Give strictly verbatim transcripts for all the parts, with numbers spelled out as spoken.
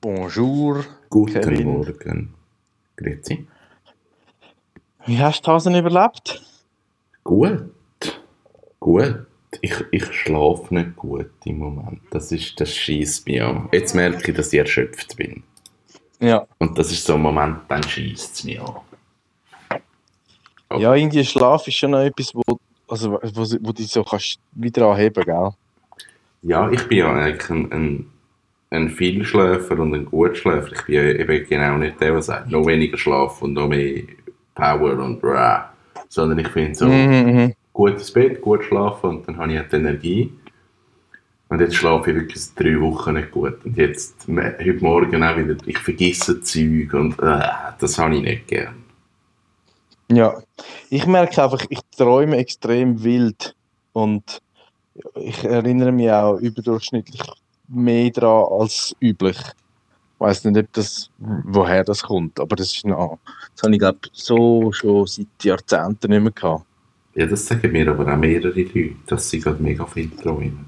Bonjour, Guten Kevin. Morgen. Grüezi. Wie hast du die Hasen überlebt? Gut. Gut. Ich, ich schlafe nicht gut im Moment. Das, ist, das scheisst mich an. Jetzt merke ich, dass ich erschöpft bin. Ja. Und das ist so ein Moment, dann scheisst es mich an. Ja, irgendwie Schlaf ist schon noch etwas, wo, also, wo, wo du so kannst wieder anheben, gell? Ja, ich bin ja eigentlich ein, ein, ein Vielschläfer und ein Gutschläfer. Ich bin ja eben genau nicht der, der sagt, noch weniger Schlaf und noch mehr Power und blah. Sondern ich finde so, Mhm, gutes Bett, gut schlafen und dann habe ich halt Energie. Und jetzt schlafe ich wirklich seit drei Wochen nicht gut. Und jetzt, heute Morgen auch wieder, ich vergesse Zeug und äh, das habe ich nicht gern. ja. Ich merke einfach, ich träume extrem wild und ich erinnere mich auch überdurchschnittlich mehr daran als üblich. Ich weiss nicht, ob das, woher das kommt, aber das ist noch, das habe ich glaube so schon seit Jahrzehnten nicht mehr gehabt. Ja, das sagen mir aber auch mehrere Leute, dass sie gerade mega viel träumen.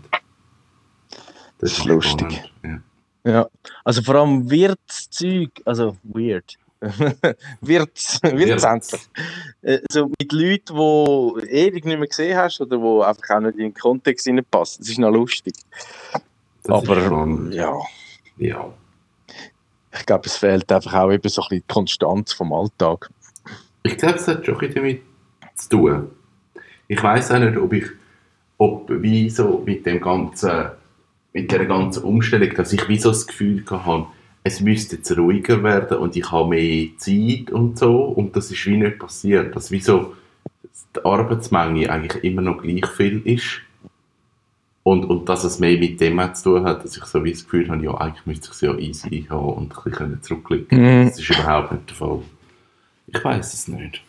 Das ist lustig. Spannend, ja. Ja, also vor allem Wirtszeug, also weird. Wirts, Wirtszentren. Äh, so mit Leuten, die du ewig nicht mehr gesehen hast oder die einfach auch nicht in den Kontext reinpassen. Das ist noch lustig. Das Aber ist spannend. ja, Ja. ich glaube, es fehlt einfach auch eben so ein bisschen die Konstanz vom Alltag. Ich glaube, es hat schon ein bisschen damit zu tun. Ich weiss auch nicht, ob ich, ob wie so mit dem ganzen, mit der ganzen Umstellung, dass ich wie so das Gefühl hatte, es müsste jetzt ruhiger werden und ich habe mehr Zeit und so, und das ist wie nicht passiert. Dass wie so die Arbeitsmenge eigentlich immer noch gleich viel ist und, und dass es mehr mit dem zu tun hat, dass ich so wie das Gefühl habe, ja, eigentlich müsste ich es ja easy haben und ein bisschen zurückblicken. Mhm. Das ist überhaupt nicht der Fall. Ich weiss es nicht.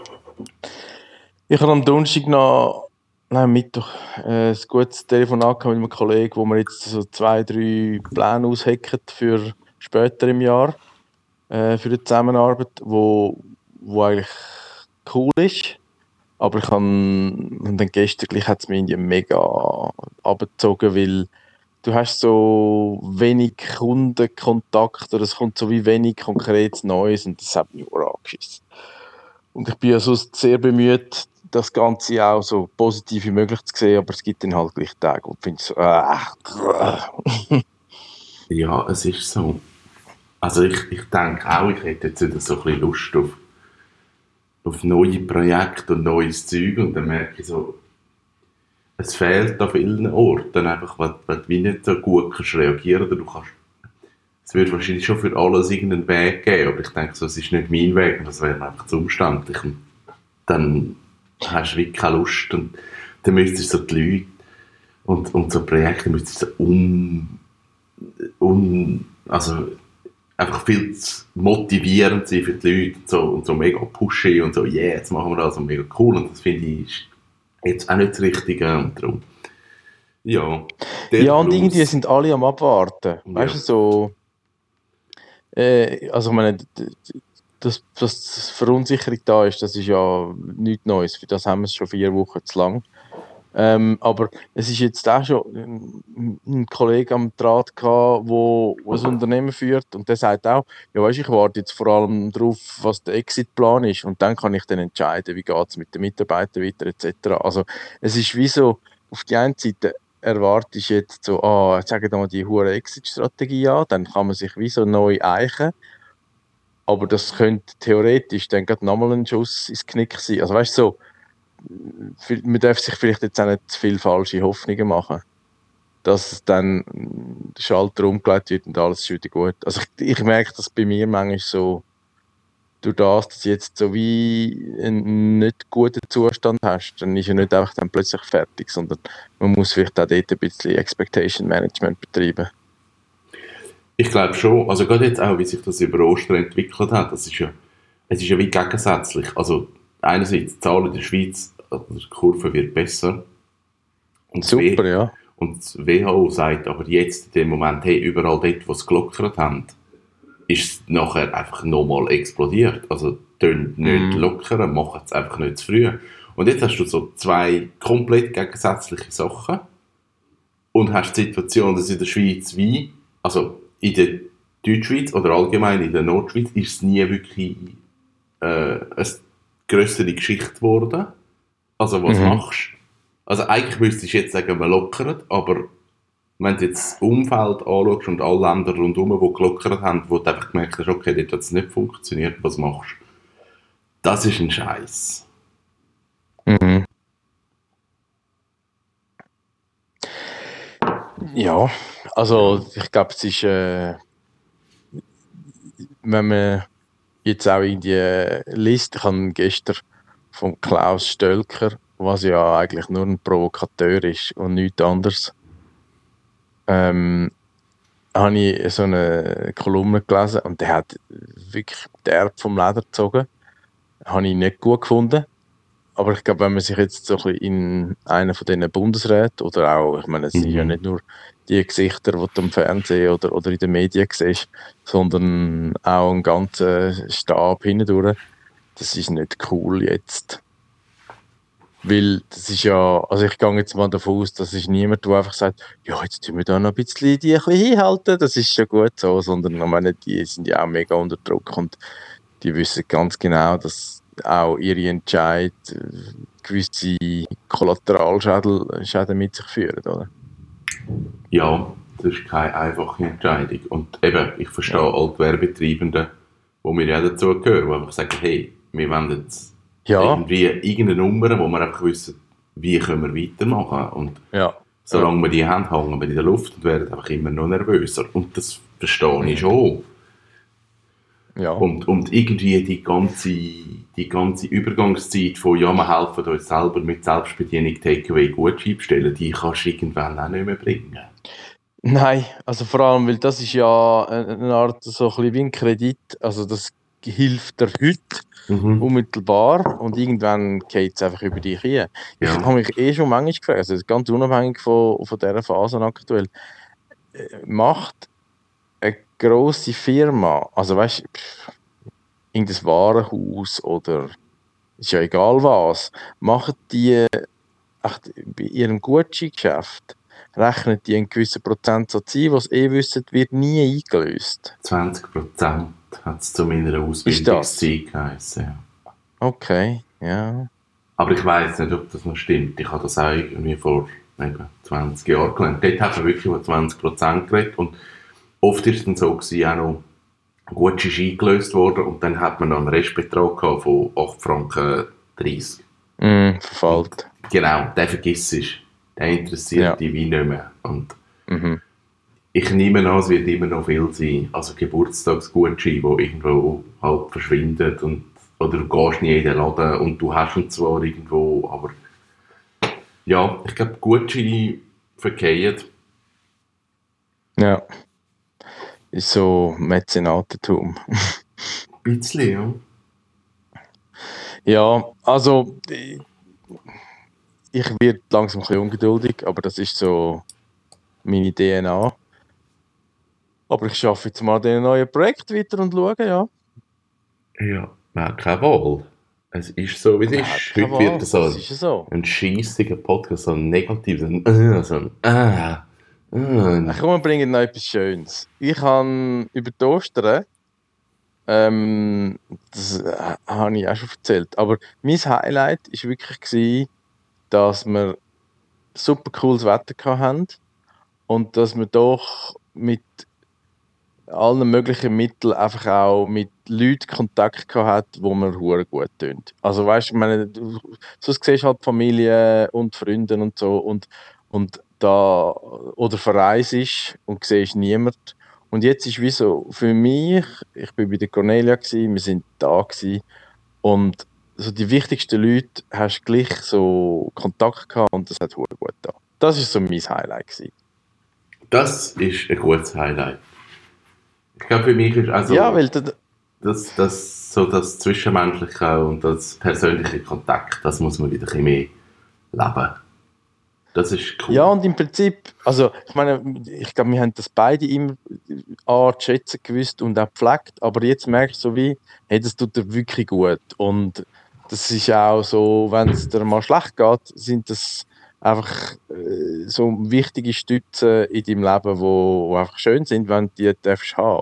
Ich habe am Donnerstag noch, nein, Mittwoch, äh, ein gutes Telefonat mit einem Kollegen, wo wir jetzt so zwei, drei Pläne aushacken für später im Jahr, äh, für die Zusammenarbeit, wo, wo eigentlich cool ist. Aber ich habe, und dann gestern gleich hat es mich irgendwie mega abgezogen, weil du hast so wenig Kundenkontakt oder es kommt so wie wenig konkretes Neues und das hat mich auch angeschissen. Und ich bin ja sonst sehr bemüht, das Ganze auch so positiv wie möglich zu sehen, aber es gibt dann halt gleich Tage, wo du findest so, äh, Ja, es ist so. Also ich, ich denke auch, ich hätte jetzt wieder so ein bisschen Lust auf, auf neue Projekte und neues Zeug und dann merke ich so, es fehlt an vielen Orten einfach, weil, weil du wie nicht so gut kannst reagieren oder du kannst, es wird wahrscheinlich schon für alles irgendeinen Weg geben, aber ich denke so, es ist nicht mein Weg und das wäre einfach zu umständlich und dann hast du wirklich keine Lust und dann müsstest du so die Leute und, und so Projekte müsstest du so um, um also einfach viel zu motivierend sein für die Leute und so, und so mega pushy und so, yeah, jetzt machen wir das und mega cool und das finde ich ist jetzt auch nicht das Richtige und darum, ja. ja, und irgendwie sind alle am Abwarten. Ja. Weißt du, so, äh, also ich meine, dass, dass Verunsicherung da ist, das ist ja nichts Neues, für das haben wir es schon vier Wochen zu lang. Ähm, aber es ist jetzt auch schon ein, ein Kollege am Draht gehabt, wo, wo ein Unternehmen führt und der sagt auch, ja weißt, ich warte jetzt vor allem darauf, was der Exitplan ist und dann kann ich dann entscheiden, wie geht es mit den Mitarbeitern weiter et cetera. Also es ist wie so, auf die einen Seite erwartest du jetzt so, ah, jetzt sagen wir mal die hure Exit-Strategie an, dann kann man sich wie so neu eichen, aber das könnte theoretisch dann gerade nochmal ein Schuss ins Knick sein. Also weißt du so, man darf sich vielleicht jetzt auch nicht zu viele falsche Hoffnungen machen, dass dann der Schalter umgelegt wird und alles ist wieder gut. Also ich, ich merke das bei mir manchmal so, durch das, dass du jetzt so wie einen nicht guten Zustand hast, dann ist er nicht einfach dann plötzlich fertig, sondern man muss vielleicht auch dort ein bisschen Expectation Management betreiben. Ich glaube schon, also gerade jetzt auch, wie sich das über Ostern entwickelt hat, das ist ja, es ist ja wie gegensätzlich. Also einerseits die Zahlen in der Schweiz, also die Kurve wird besser. Und Super, w- ja. Und das W H O sagt aber jetzt in dem Moment, hey, überall dort, wo es gelockert haben, ist es nachher einfach nochmal explodiert. Also tönt nicht Mhm. lockern, machen es einfach nicht zu früh. Und jetzt hast du so zwei komplett gegensätzliche Sachen und hast die Situation, dass in der Schweiz wie, also in den Deutschschweiz oder allgemein in der Nordschweiz ist es nie wirklich äh, eine grössere Geschichte geworden. Also was Mhm. machst du? Also eigentlich müsstest du jetzt sagen, wir lockern, aber wenn du jetzt das Umfeld anschaust und alle Länder rundherum, die gelockert haben, wo du einfach gemerkt hast, okay, dort hat es nicht funktioniert, was machst du? Das ist ein Scheiß. Mhm. Ja, also ich glaube, es ist, äh, wenn man jetzt auch in die Liste, ich habe gestern von Klaus Stölker, was ja eigentlich nur ein Provokateur ist und nichts anderes, ähm, habe ich so eine Kolumne gelesen und der hat wirklich derb vom Leder gezogen. Habe ich nicht gut gefunden. Aber ich glaube, wenn man sich jetzt so ein bisschen in einen von diesen Bundesräten oder auch, ich meine, es sind ja Mhm. nicht nur die Gesichter, die du am Fernsehen oder, oder in den Medien siehst, sondern auch einen ganzen Stab hindurch, das ist nicht cool jetzt. Weil das ist ja, also ich gehe jetzt mal davon aus, das ist niemand, der einfach sagt, ja, jetzt tun wir da noch ein bisschen die ein bisschen hinhalten, das ist schon gut so, sondern ich meine, die sind ja auch mega unter Druck und die wissen ganz genau, dass auch ihre Entscheid äh, gewisse Kollateralschäden Schäden mit sich führen, oder? Ja, das ist keine einfache Entscheidung. Und eben, ich verstehe Ja. alle Gewerbetreibenden, wo wir ja dazu gehören, die einfach sagen, hey, wir wollen jetzt Ja, irgendwie irgendeine Nummer, wo wir einfach wissen, wie können wir weitermachen. Und ja, solange wir die haben, hängen wir in der Luft und werden einfach immer noch nervöser. Und das verstehe ich Mhm. schon. ja, Und, und irgendwie die ganze, die ganze Übergangszeit von, ja, wir helfen uns selber mit Selbstbedienung Takeaway Gutschein bestellen, die kannst du irgendwann auch nicht mehr bringen. nein, also vor allem, weil das ist ja eine eine Art so ein bisschen wie ein Kredit, also das hilft dir heute Mhm. unmittelbar und irgendwann geht es einfach über dich hin. Ich Ja. habe mich eh schon manchmal gefragt, also ganz unabhängig von, von dieser Phase aktuell, äh, macht eine grosse Firma, also weißt du, irgendein Warenhaus oder ist ja egal was, machen die echt bei ihrem Gutscheingeschäft, rechnen die einen gewissen Prozentsatz ein, was eh wissen, wird nie eingelöst. zwanzig Prozent hat es zu meiner Ist das? Ausbildungszeit geheißen. Ja. Okay, ja. Aber ich weiss nicht, ob das noch stimmt. Ich habe das auch irgendwie vor eben, zwanzig Jahren gelernt. Dort haben wir wirklich über zwanzig Prozent geredet. Und oft war es dann so, gewesen, auch noch Gutschein eingelöst worden und dann hat man noch einen Restbetrag gehabt von acht Franken dreißig. Mm, verfällt. Genau, den vergiss ich. Den interessiert Ja. dich wie nicht mehr. Und Mhm. ich nehme an, es wird immer noch viel sein. Also Geburtstagsgutschein, die irgendwo halt verschwindet. Und, oder du gehst nie in den Laden und du hast ihn zwar irgendwo, aber ja, ich glaube, Gutscheine verkehren. Ja. Ist so Mäzenatentum. Ein bisschen, ja. Ja, also ich, ich werde langsam ein bisschen ungeduldig, aber das ist so meine D N A. Aber ich arbeite jetzt mal an diesem neuen Projekt weiter und schaue, ja. Ja, man hat keine Wahl. Es ist so, wie es Man ist. hat keine Heute wird Wahl, das so das ein, ist ja so. ein scheissiger Podcast, so ein negativ, so ein äh, so ein äh, Ach äh. komm, wir bringen noch etwas Schönes. Ich habe über die Ostern, ähm, das äh, habe ich auch schon erzählt, aber mein Highlight war wirklich, gewesen, dass wir super cooles Wetter hatten und dass wir doch mit allen möglichen Mitteln einfach auch mit Leuten Kontakt gehabt hat, wo mir hure gut tun. Also weißt du, ich meine, du, sonst siehst du halt Familie und Freunde und so und, und da oder verreist und siehst niemand. Und jetzt ist wie so, für mich, ich bin bei der Cornelia gewesen, wir sind da gewesen und so die wichtigsten Leute hast du gleich so Kontakt gehabt und das hat hure gut da. Das ist so mein Highlight gewesen. Das ist ein gutes Highlight. Ich glaube, für mich ist also Ja, weil da, das, das, so das Zwischenmenschliche und das persönliche Kontakt, das muss man wieder ein bisschen mehr leben. Das ist cool. ja, und im Prinzip, also ich meine, ich glaube, wir haben das beide immer äh, zu schätzen gewusst und auch gepflegt, aber jetzt merkst du so wie, hey, das tut dir wirklich gut. Und das ist auch so, wenn es dir mal schlecht geht, sind das einfach äh, so wichtige Stützen in deinem Leben, wo, wo einfach schön sind, wenn du die darfst haben, oder?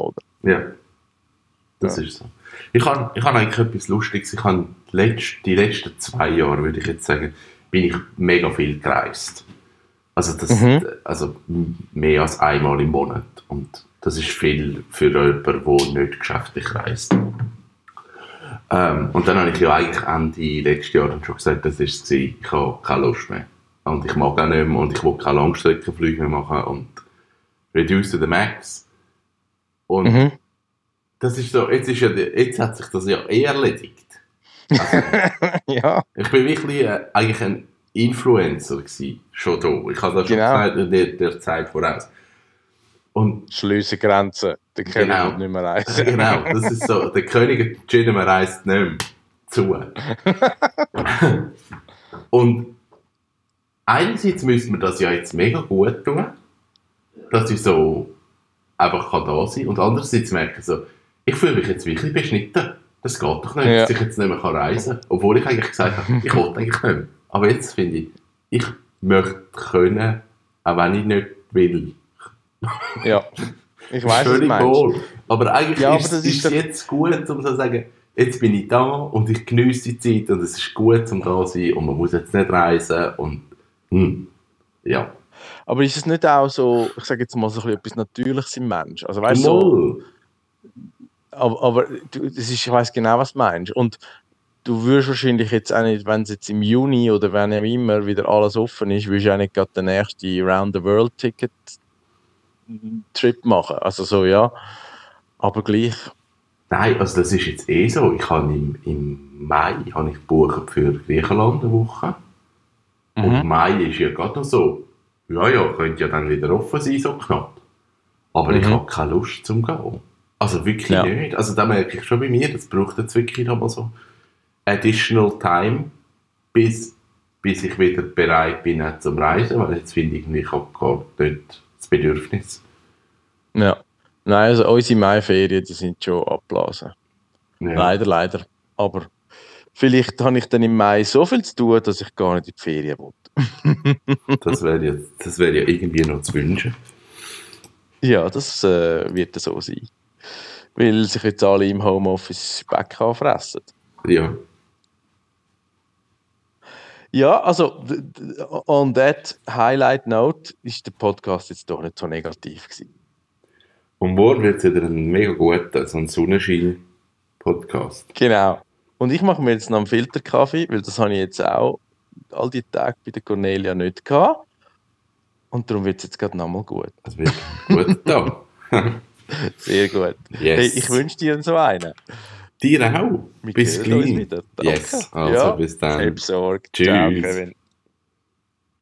Ja, das Ja. ist so. Ich habe ich hab eigentlich etwas Lustiges. Ich habe die, letzt, die letzten zwei Jahre, würde ich jetzt sagen, bin ich mega viel gereist. Also, das, Mhm. also mehr als einmal im Monat. Und das ist viel für jemanden, der nicht geschäftlich reist. Ähm, und dann habe ich ja eigentlich Ende letztes Jahr dann schon gesagt, das war es. Ich habe keine Lust mehr. Und ich mag auch nicht mehr und ich will keine Langstreckenflüge mehr machen und reduce to the max. Und Mhm. das ist so, jetzt, ist ja, jetzt hat sich das ja eh erledigt. Also, Ja, ich bin wirklich äh, eigentlich ein Influencer gewesen, schon da. Ich habe das schon genau. gesagt, in der, der Zeit voraus. Und Schliessen Grenzen. Der König genau, wird nicht mehr reisen. genau, das ist so, der König hat entschieden, man reist nicht mehr zu. Und einerseits müssen wir das ja jetzt mega gut tun, dass ich so einfach kann da sein kann. Und andererseits merke ich so, ich fühle mich jetzt wirklich beschnitten. Das geht doch nicht, Ja. dass ich jetzt nicht mehr reisen kann. Obwohl ich eigentlich gesagt habe, ich wollte eigentlich nicht mehr. Aber jetzt finde ich, ich möchte können, auch wenn ich nicht will. Ja, ich weiß, was du Völlig meinst. wohl. Aber eigentlich Ja, aber ist das es ist doch- jetzt gut, um so zu sagen, jetzt bin ich da und ich genieße die Zeit und es ist gut, um da zu sein und man muss jetzt nicht reisen und hm, ja. Aber ist es nicht auch so, ich sage jetzt mal so ein bisschen etwas Natürliches im Mensch? Also weißt du, so, Mal. aber, aber du, das ist, ich weiß genau, was du meinst. Und du würdest wahrscheinlich jetzt auch nicht, wenn es jetzt im Juni oder wenn auch immer wieder alles offen ist, würdest du auch nicht gerade den nächsten Round-the-World-Ticket-Trip machen. Also so, ja. Aber gleich. Nein, also das ist jetzt eh so. Ich habe im, im Mai habe ich gebucht für Griechenland eine Woche. Und Mhm. Mai ist ja gerade noch so. Ja, ja, könnte ja dann wieder offen sein, so knapp. Aber ich Mhm. habe keine Lust zum Gehen. Also wirklich Ja. nicht. Also da merke ich schon bei mir, das braucht jetzt wirklich noch mal so additional time, bis, bis ich wieder bereit bin äh, zum Reisen, weil jetzt finde ich, ich habe gar nicht das Bedürfnis. Ja. Nein, also unsere Maiferien, die sind schon abgeblasen. Ja. Leider, leider. Aber vielleicht habe ich dann im Mai so viel zu tun, dass ich gar nicht in die Ferien will. Das wäre ja, das wär ja irgendwie noch zu wünschen. Ja, das äh, wird so sein. Weil sich jetzt alle im Homeoffice Speck anfressen. Ja. Ja, also d- d- on that highlight note ist der Podcast jetzt doch nicht so negativ gewesen. Und morgen wird es wieder ein mega guter, so ein Sonnenschein-Podcast. Genau. Und ich mache mir jetzt noch einen Filterkaffee, weil das habe ich jetzt auch all die Tage bei der Cornelia nicht gehabt. Und darum wird es jetzt gerade nochmal gut. Das wird gut da. Sehr gut. Yes. Hey, ich wünsche dir so einen. Dir auch. Wir Bis hören uns gleich. wieder. Danke. Yes. Also Ja, bis dann. selbst Sorge. Ciao, Tschüss. Kevin.